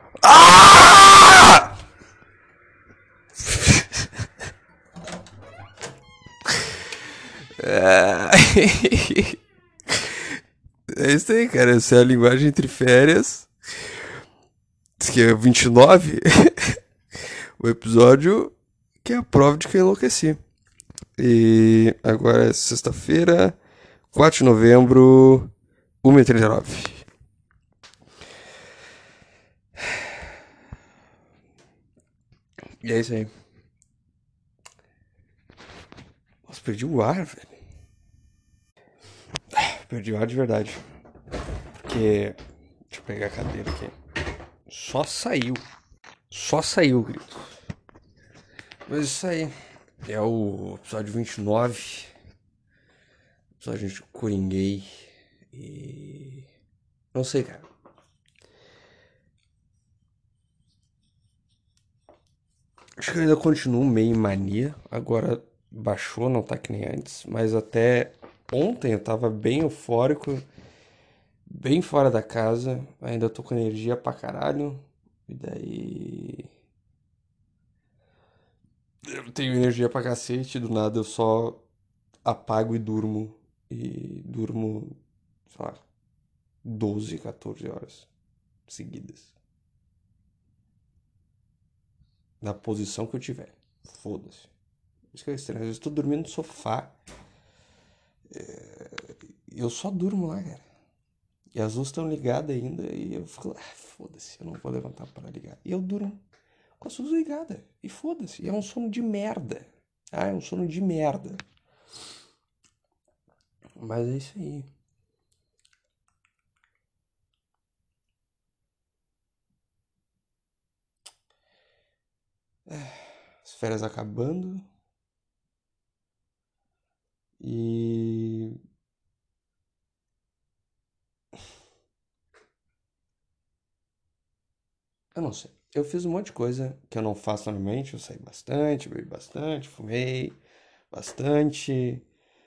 Ah! É isso aí, cara. Essa é a linguagem entre férias. Diz que é 29. O episódio que é a prova de que eu enlouqueci. E agora é sexta-feira, 4 de novembro, 1h39. E é isso aí. Nossa, perdi o ar, velho. Perdi o ar de verdade. Porque. Deixa eu pegar a cadeira aqui. Só saiu. Só saiu, grito. Mas isso aí. É o episódio 29. Episódio de Coringuei. E. Não sei, cara. Acho que eu ainda continuo meio em mania. Agora baixou, não tá que nem antes. Mas até ontem eu tava bem eufórico. Bem fora da casa. Ainda tô com energia pra caralho. E daí. Eu tenho energia pra cacete. Do nada eu só apago e durmo. E durmo, sei lá, 12, 14 horas seguidas. Na posição que eu tiver. Foda-se. Isso que é estranho. Às vezes eu tô dormindo no sofá. Eu só durmo lá, cara. E as luzes estão ligadas ainda. E eu fico lá, foda-se, eu não vou levantar para ligar. E eu durmo com as luzes ligadas. E foda-se. E é um sono de merda. Ah, é um sono de merda. Mas é isso aí. As férias acabando. E. Eu não sei. Eu fiz um monte de coisa que eu não faço normalmente. Eu saí bastante, bebi bastante, fumei bastante.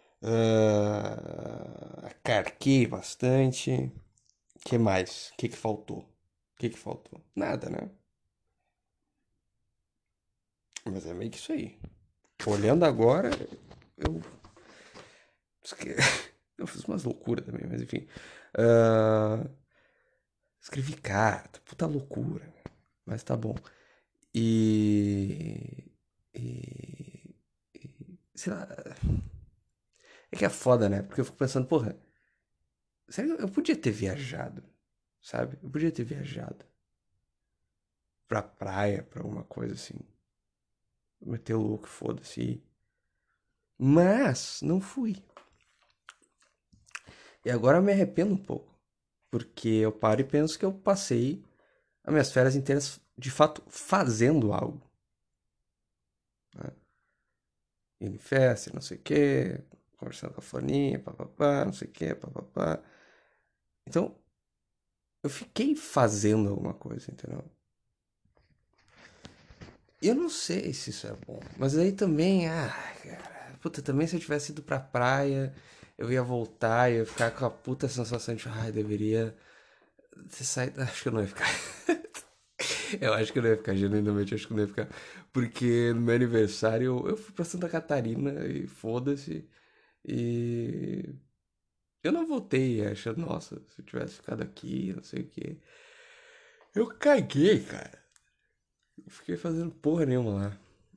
Carquei bastante. Que mais? O que que faltou? O que que faltou? Nada, né? Mas é meio que isso aí. Olhando agora, eu. Eu fiz umas loucuras também, mas enfim. Ah, escrevi carta, puta loucura. Mas tá bom. E. E. Sei lá. É que é foda, né? Porque eu fico pensando, porra, sério, eu podia ter viajado, sabe? Eu podia ter viajado pra praia, pra alguma coisa assim. Meter o louco, foda-se. Mas não fui. E agora eu me arrependo um pouco. Porque eu paro e penso que eu passei as minhas férias inteiras, de fato, fazendo algo. Né? Indo em festa, não sei o quê, conversando com a fulaninha, papapá, não sei o quê, papapá. Então, eu fiquei fazendo alguma coisa, entendeu? E eu não sei se isso é bom. Mas aí também, cara, puta, também se eu tivesse ido pra praia, eu ia voltar e ia ficar com a puta sensação de, deveria ter saído. Acho que eu não ia ficar. Eu acho que eu não ia ficar, genuinamente acho que eu não ia ficar. Porque no meu aniversário eu fui pra Santa Catarina e foda-se. E eu não voltei achando, nossa, se eu tivesse ficado aqui, não sei o quê. Eu caguei, cara. Eu fiquei fazendo porra nenhuma lá.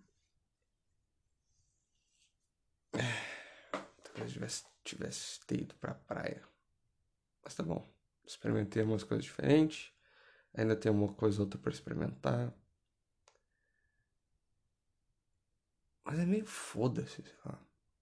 Talvez tivesse ter ido pra praia. Mas tá bom. Experimentei umas coisas diferentes. Ainda tem uma coisa ou outra pra experimentar. Mas é meio foda-se, sei lá.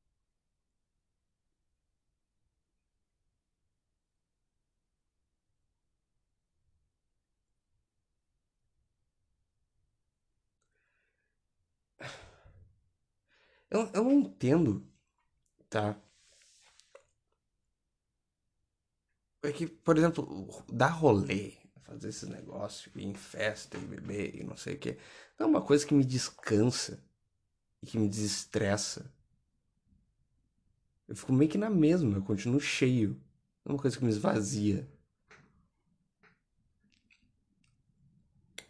Eu não entendo, tá? É que, por exemplo, dar rolê, fazer esses negócios, ir em festa e beber e não sei o que, não é uma coisa que me descansa e que me desestressa. Eu fico meio que na mesma, eu continuo cheio. Não é uma coisa que me esvazia.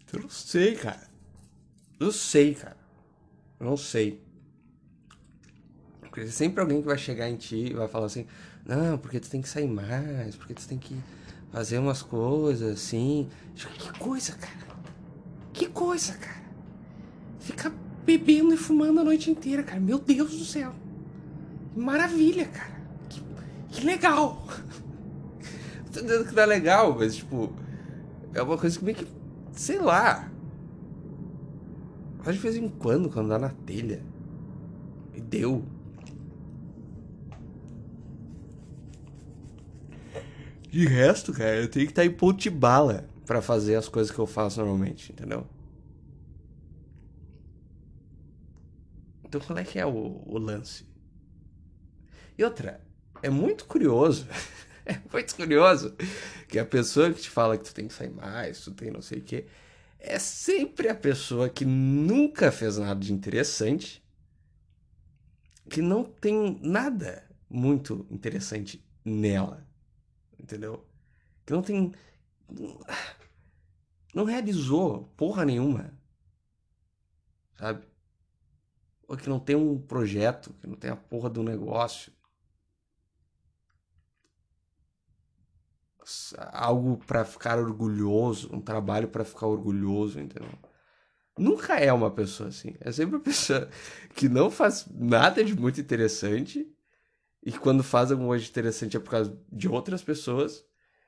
Eu não sei, cara. Eu sei, cara. Eu não sei. Porque sempre alguém que vai chegar em ti e vai falar assim, não, porque tu tem que sair mais, porque tu tem que fazer umas coisas assim. Que coisa, cara? Que coisa, cara? Ficar bebendo e fumando a noite inteira, cara. Meu Deus do céu. Maravilha, cara. Que legal. Tô dizendo que tá legal, mas tipo, é uma coisa que meio que, sei lá. Faz de vez em quando dá na telha. E deu. De resto, cara, eu tenho que estar em ponto de bala pra fazer as coisas que eu faço normalmente, entendeu? Então qual é que é o lance? E outra, é muito curioso. É muito curioso que a pessoa que te fala que tu tem que sair mais, tu tem não sei o quê, é sempre a pessoa que nunca fez nada de interessante, que não tem nada muito interessante nela, entendeu? Que não tem. Não realizou porra nenhuma, sabe? Ou que não tem um projeto, que não tem a porra do negócio, algo pra ficar orgulhoso, um trabalho pra ficar orgulhoso, entendeu? Nunca é uma pessoa assim. É sempre uma pessoa que não faz nada de muito interessante e que quando faz alguma coisa de interessante é por causa de outras pessoas.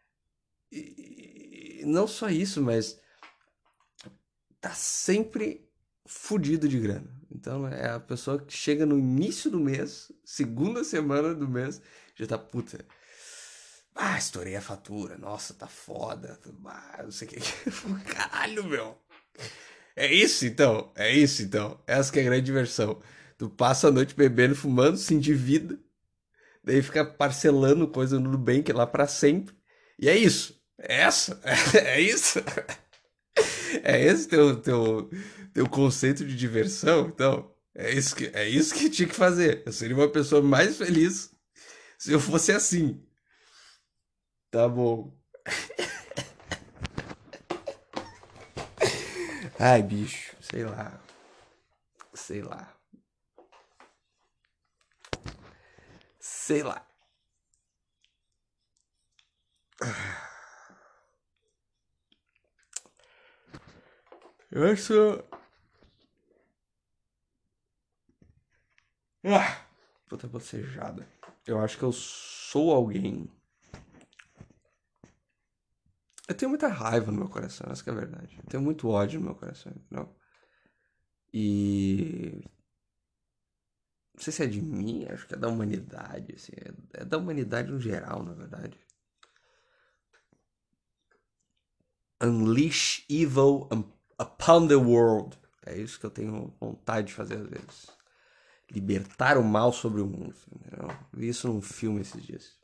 E não só isso, mas tá sempre fudido de grana. Então é a pessoa que chega no início do mês, segunda semana do mês, já tá puta. Ah, estourei a fatura. Nossa, tá foda. Ah, não sei o que. Caralho, meu. É isso então. É isso então. Essa que é a grande diversão. Tu passa a noite bebendo, fumando, se endivida, daí fica parcelando coisa no Nubank lá pra sempre. E é isso. É essa. É isso. É esse teu conceito de diversão, então. É isso que tinha que fazer. Eu seria uma pessoa mais feliz se eu fosse assim. Tá bom. Ai, bicho, sei lá. Sei lá. Sei lá. Eu acho. Ah, puta bocejada. Eu acho que eu sou alguém. Eu tenho muita raiva no meu coração, essa que é a verdade. Eu tenho muito ódio no meu coração, entendeu? E. Não sei se é de mim, acho que é da humanidade, assim. É da humanidade no geral, na verdade. Unleash evil upon the world. É isso que eu tenho vontade de fazer às vezes. Libertar o mal sobre o mundo. Entendeu? Vi isso num filme esses dias.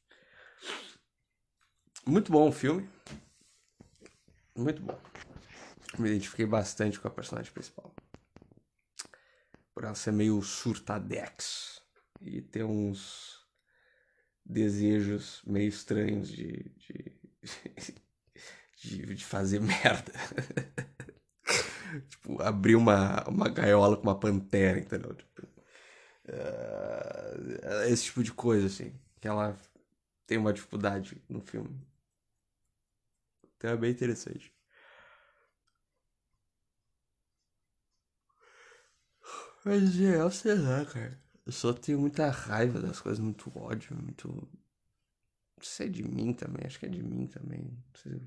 Muito bom o filme. Muito bom. Me identifiquei bastante com a personagem principal. Por ela ser meio surtadex. E ter uns desejos meio estranhos de fazer merda. Tipo, abrir uma gaiola com uma pantera, entendeu? Tipo, esse tipo de coisa, assim. Que ela tem uma dificuldade no filme. Então é bem interessante. Mas em geral, sei lá, cara. Eu só tenho muita raiva das coisas, muito ódio, muito. Não sei se é de mim também, acho que é de mim também. Não sei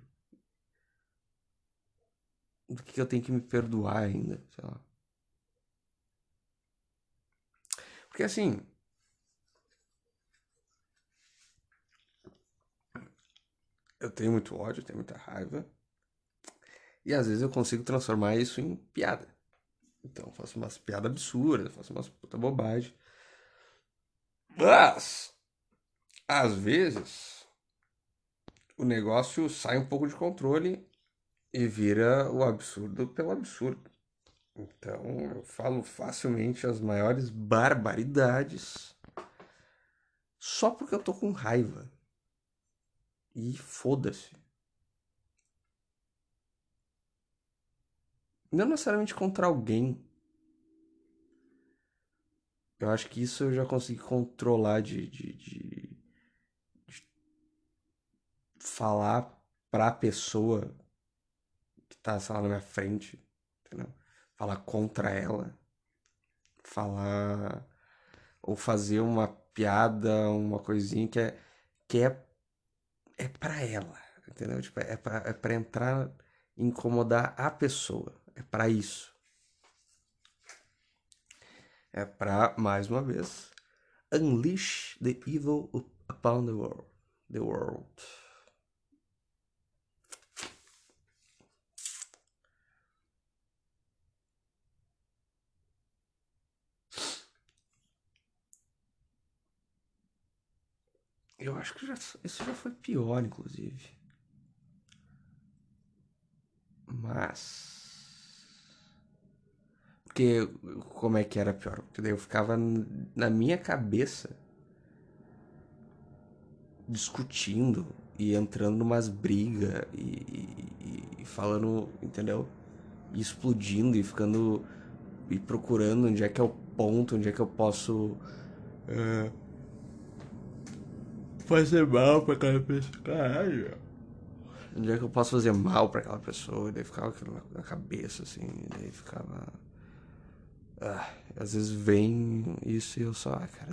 do que eu tenho que me perdoar ainda, sei lá. Porque assim, eu tenho muito ódio, eu tenho muita raiva. E às vezes eu consigo transformar isso em piada. Então eu faço umas piadas absurdas, eu faço umas puta bobagem. Mas, às vezes, o negócio sai um pouco de controle e vira o absurdo pelo absurdo. Então eu falo facilmente as maiores barbaridades só porque eu tô com raiva. E foda-se. Não necessariamente contra alguém. Eu acho que isso eu já consegui controlar de falar pra pessoa que tá, sei lá, na minha frente, entendeu? Falar contra ela. Falar. Ou fazer uma piada, uma coisinha que é pra ela, entendeu? Tipo, é pra entrar e incomodar a pessoa. É pra isso. É pra, mais uma vez, unleash the evil upon the world. The world. Eu acho que isso já foi pior, inclusive. Mas. Porque como é que era pior? Porque daí eu ficava na minha cabeça discutindo e entrando numas brigas e falando, entendeu? E explodindo e ficando. E procurando onde é que é o ponto, onde é que eu posso fazer mal pra aquela pessoa. Caralho. Onde é que eu posso fazer mal pra aquela pessoa? E daí ficava aquilo na cabeça, assim. E daí ficava. Ah, às vezes vem isso e eu só, cara,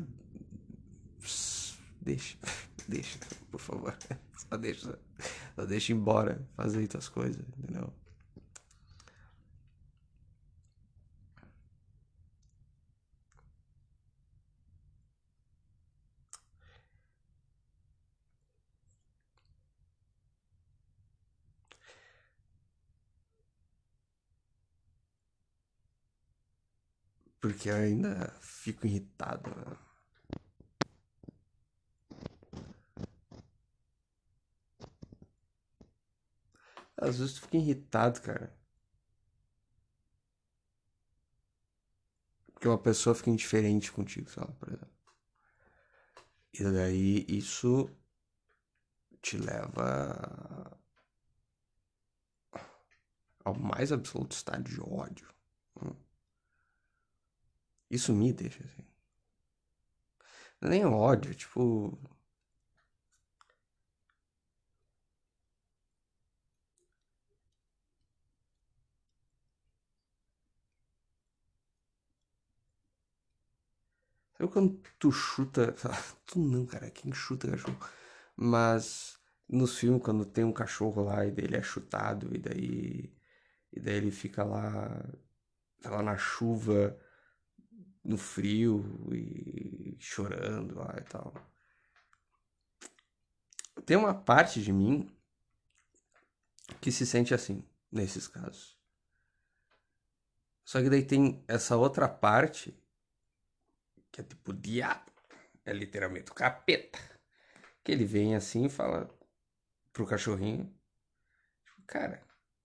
deixa, deixa, por favor. Só deixa embora, fazer outras coisas, entendeu? Porque eu ainda fico irritado, né? Às vezes tu fica irritado, cara. Porque uma pessoa fica indiferente contigo, sabe, por exemplo. E daí isso te leva ao mais absoluto estado de ódio. Isso me deixa assim. Não é nem ódio, tipo. Sabe quando tu chuta. Tu não, cara, quem chuta cachorro? Mas nos filmes, quando tem um cachorro lá e daí ele é chutado e daí. E daí ele fica lá. Tá lá na chuva, no frio e chorando lá e tal. Tem uma parte de mim que se sente assim, nesses casos. Só que daí tem essa outra parte, que é tipo o diabo, é literalmente o capeta. Que ele vem assim e fala pro cachorrinho, tipo, cara,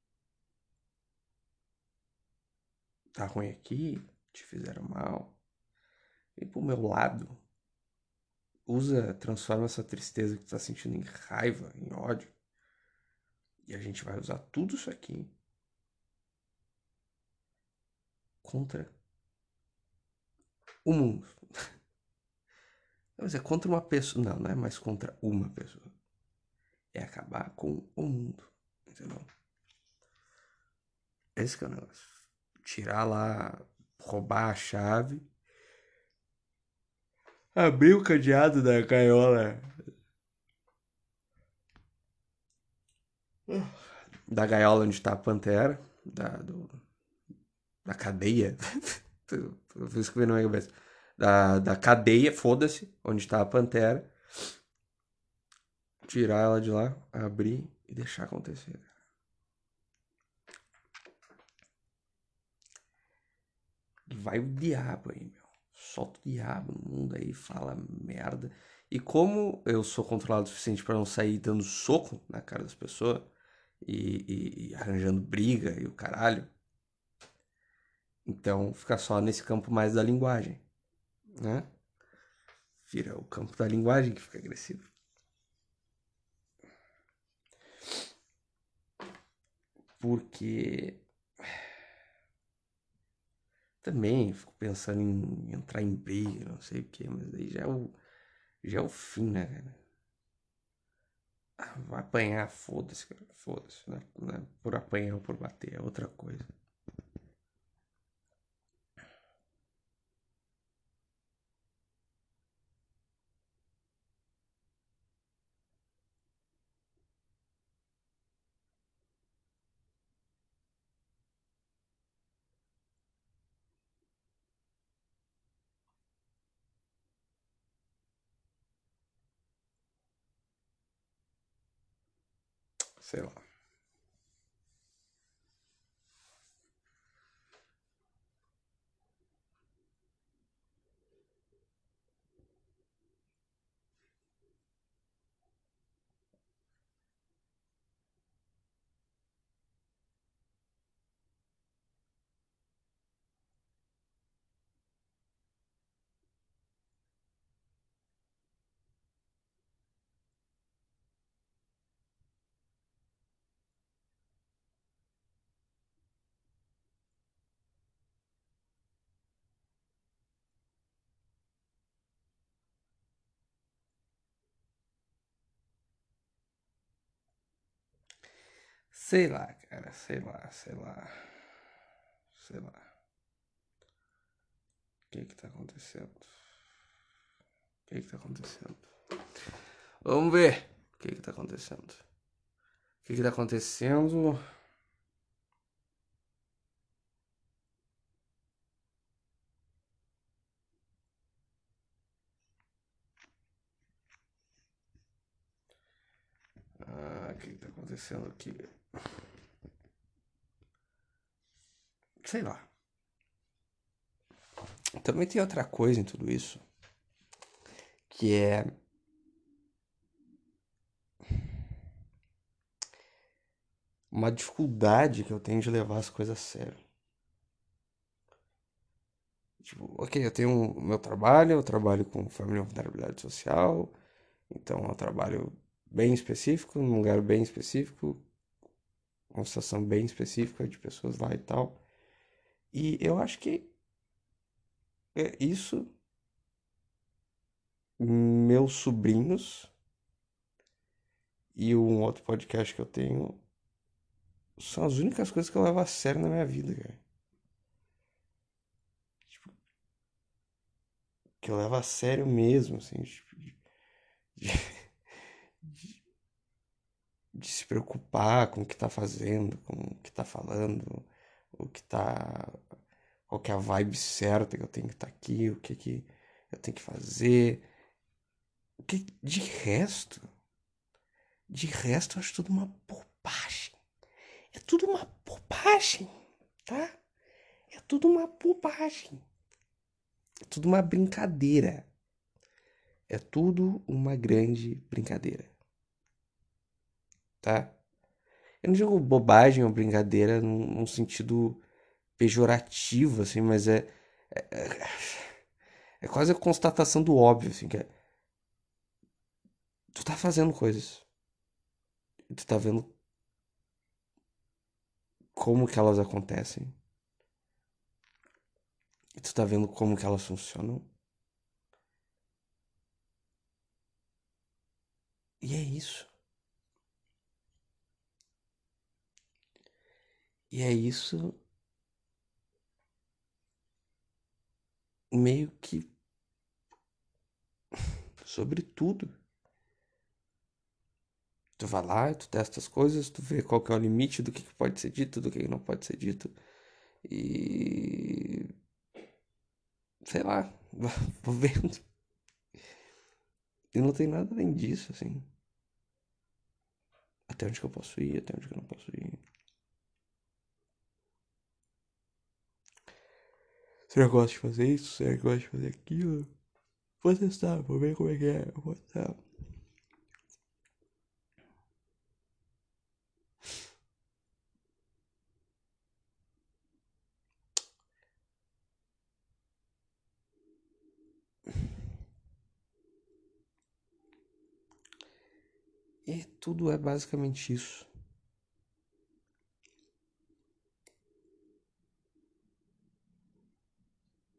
tá ruim aqui, te fizeram mal, vem pro meu lado, usa, transforma essa tristeza que tu tá sentindo em raiva, em ódio, e a gente vai usar tudo isso aqui contra o mundo. Mas é contra uma pessoa. Não, não é mais contra uma pessoa. É acabar com o mundo. Entendeu? Esse que é o negócio. Tirar lá, roubar a chave, abrir o cadeado da gaiola. Da gaiola onde tá a pantera. Da cadeia. Eu fiz escrever na minha cabeça. Da cadeia, foda-se, onde tá a pantera. Tirar ela de lá, abrir e deixar acontecer. E vai o diabo aí, meu. Solta o diabo no mundo aí, fala merda. E como eu sou controlado o suficiente pra não sair dando soco na cara das pessoas e arranjando briga e o caralho, então fica só nesse campo mais da linguagem, né? Vira o campo da linguagem que fica agressivo. Porque também fico pensando em entrar em briga, não sei o que, mas aí já é o fim, né, cara? Vai apanhar, foda-se, cara. Foda-se, né? Não é por apanhar ou por bater, é outra coisa. Sei lá. Sei lá, cara. Sei lá, sei lá. Sei lá. O que que tá acontecendo? O que que tá acontecendo? Vamos ver o que que tá acontecendo. O que que tá acontecendo? O que que tá acontecendo aqui? Sei lá. Também tem outra coisa em tudo isso, que é uma dificuldade que eu tenho de levar as coisas a sério. Tipo, ok, eu tenho o meu trabalho, eu trabalho com família e vulnerabilidade social, então é um trabalho bem específico, num lugar bem específico, uma situação bem específica de pessoas lá e tal. E eu acho que é isso, meus sobrinhos e um outro podcast que eu tenho são as únicas coisas que eu levo a sério na minha vida, cara. Tipo, que eu levo a sério mesmo, assim, tipo, de, de se preocupar com o que tá fazendo, com o que tá falando, o que tá. Qual que é a vibe certa que eu tenho que estar aqui, o que que eu tenho que fazer. O que, de resto, eu acho tudo uma bobagem. É tudo uma bobagem, tá? É tudo uma bobagem. É tudo uma brincadeira. É tudo uma grande brincadeira, tá? Eu não digo bobagem ou brincadeira num sentido pejorativo, assim, mas é quase a constatação do óbvio, assim, que é, tu tá fazendo coisas, tu tá vendo como que elas acontecem, e tu tá vendo como que elas funcionam, e é isso. E é isso meio que sobre tudo. Tu vai lá, tu testa as coisas, tu vê qual que é o limite do que pode ser dito, do que não pode ser dito. E sei lá, vou vendo. E não tem nada além disso, assim. Até onde que eu posso ir, até onde que eu não posso ir. Será que eu gosto de fazer isso? Será que eu gosto de fazer aquilo? Vou testar, vou ver como é que é. Vou testar. E tudo é basicamente isso.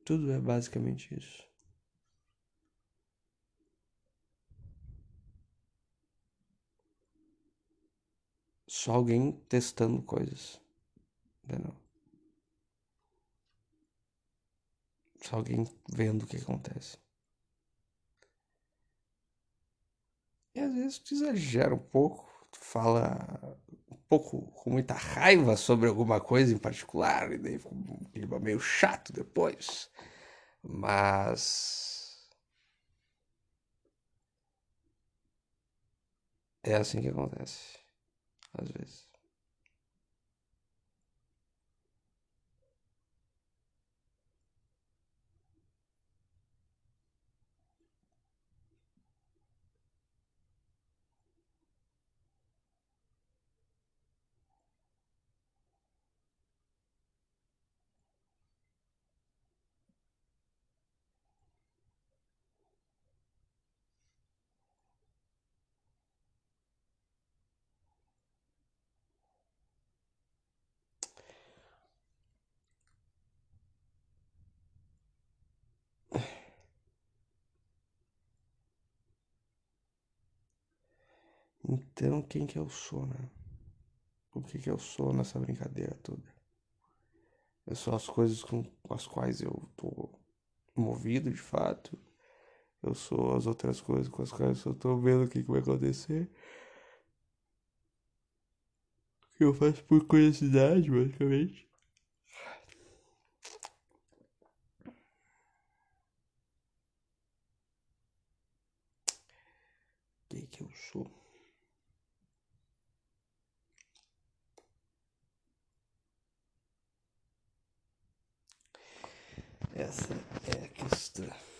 Tudo é basicamente isso. Só alguém testando coisas, entendeu? Só alguém vendo o que acontece. E às vezes tu exagera um pouco, tu fala um pouco com muita raiva sobre alguma coisa em particular, e daí fica um clima meio chato depois. Mas é assim que acontece, às vezes. Então, quem que eu sou, né? O que que eu sou nessa brincadeira toda? Eu sou as coisas com as quais eu tô movido de fato. Eu sou as outras coisas com as quais eu tô vendo o que que vai acontecer. O que eu faço por curiosidade, basicamente. O que que eu sou? Essa é a questão.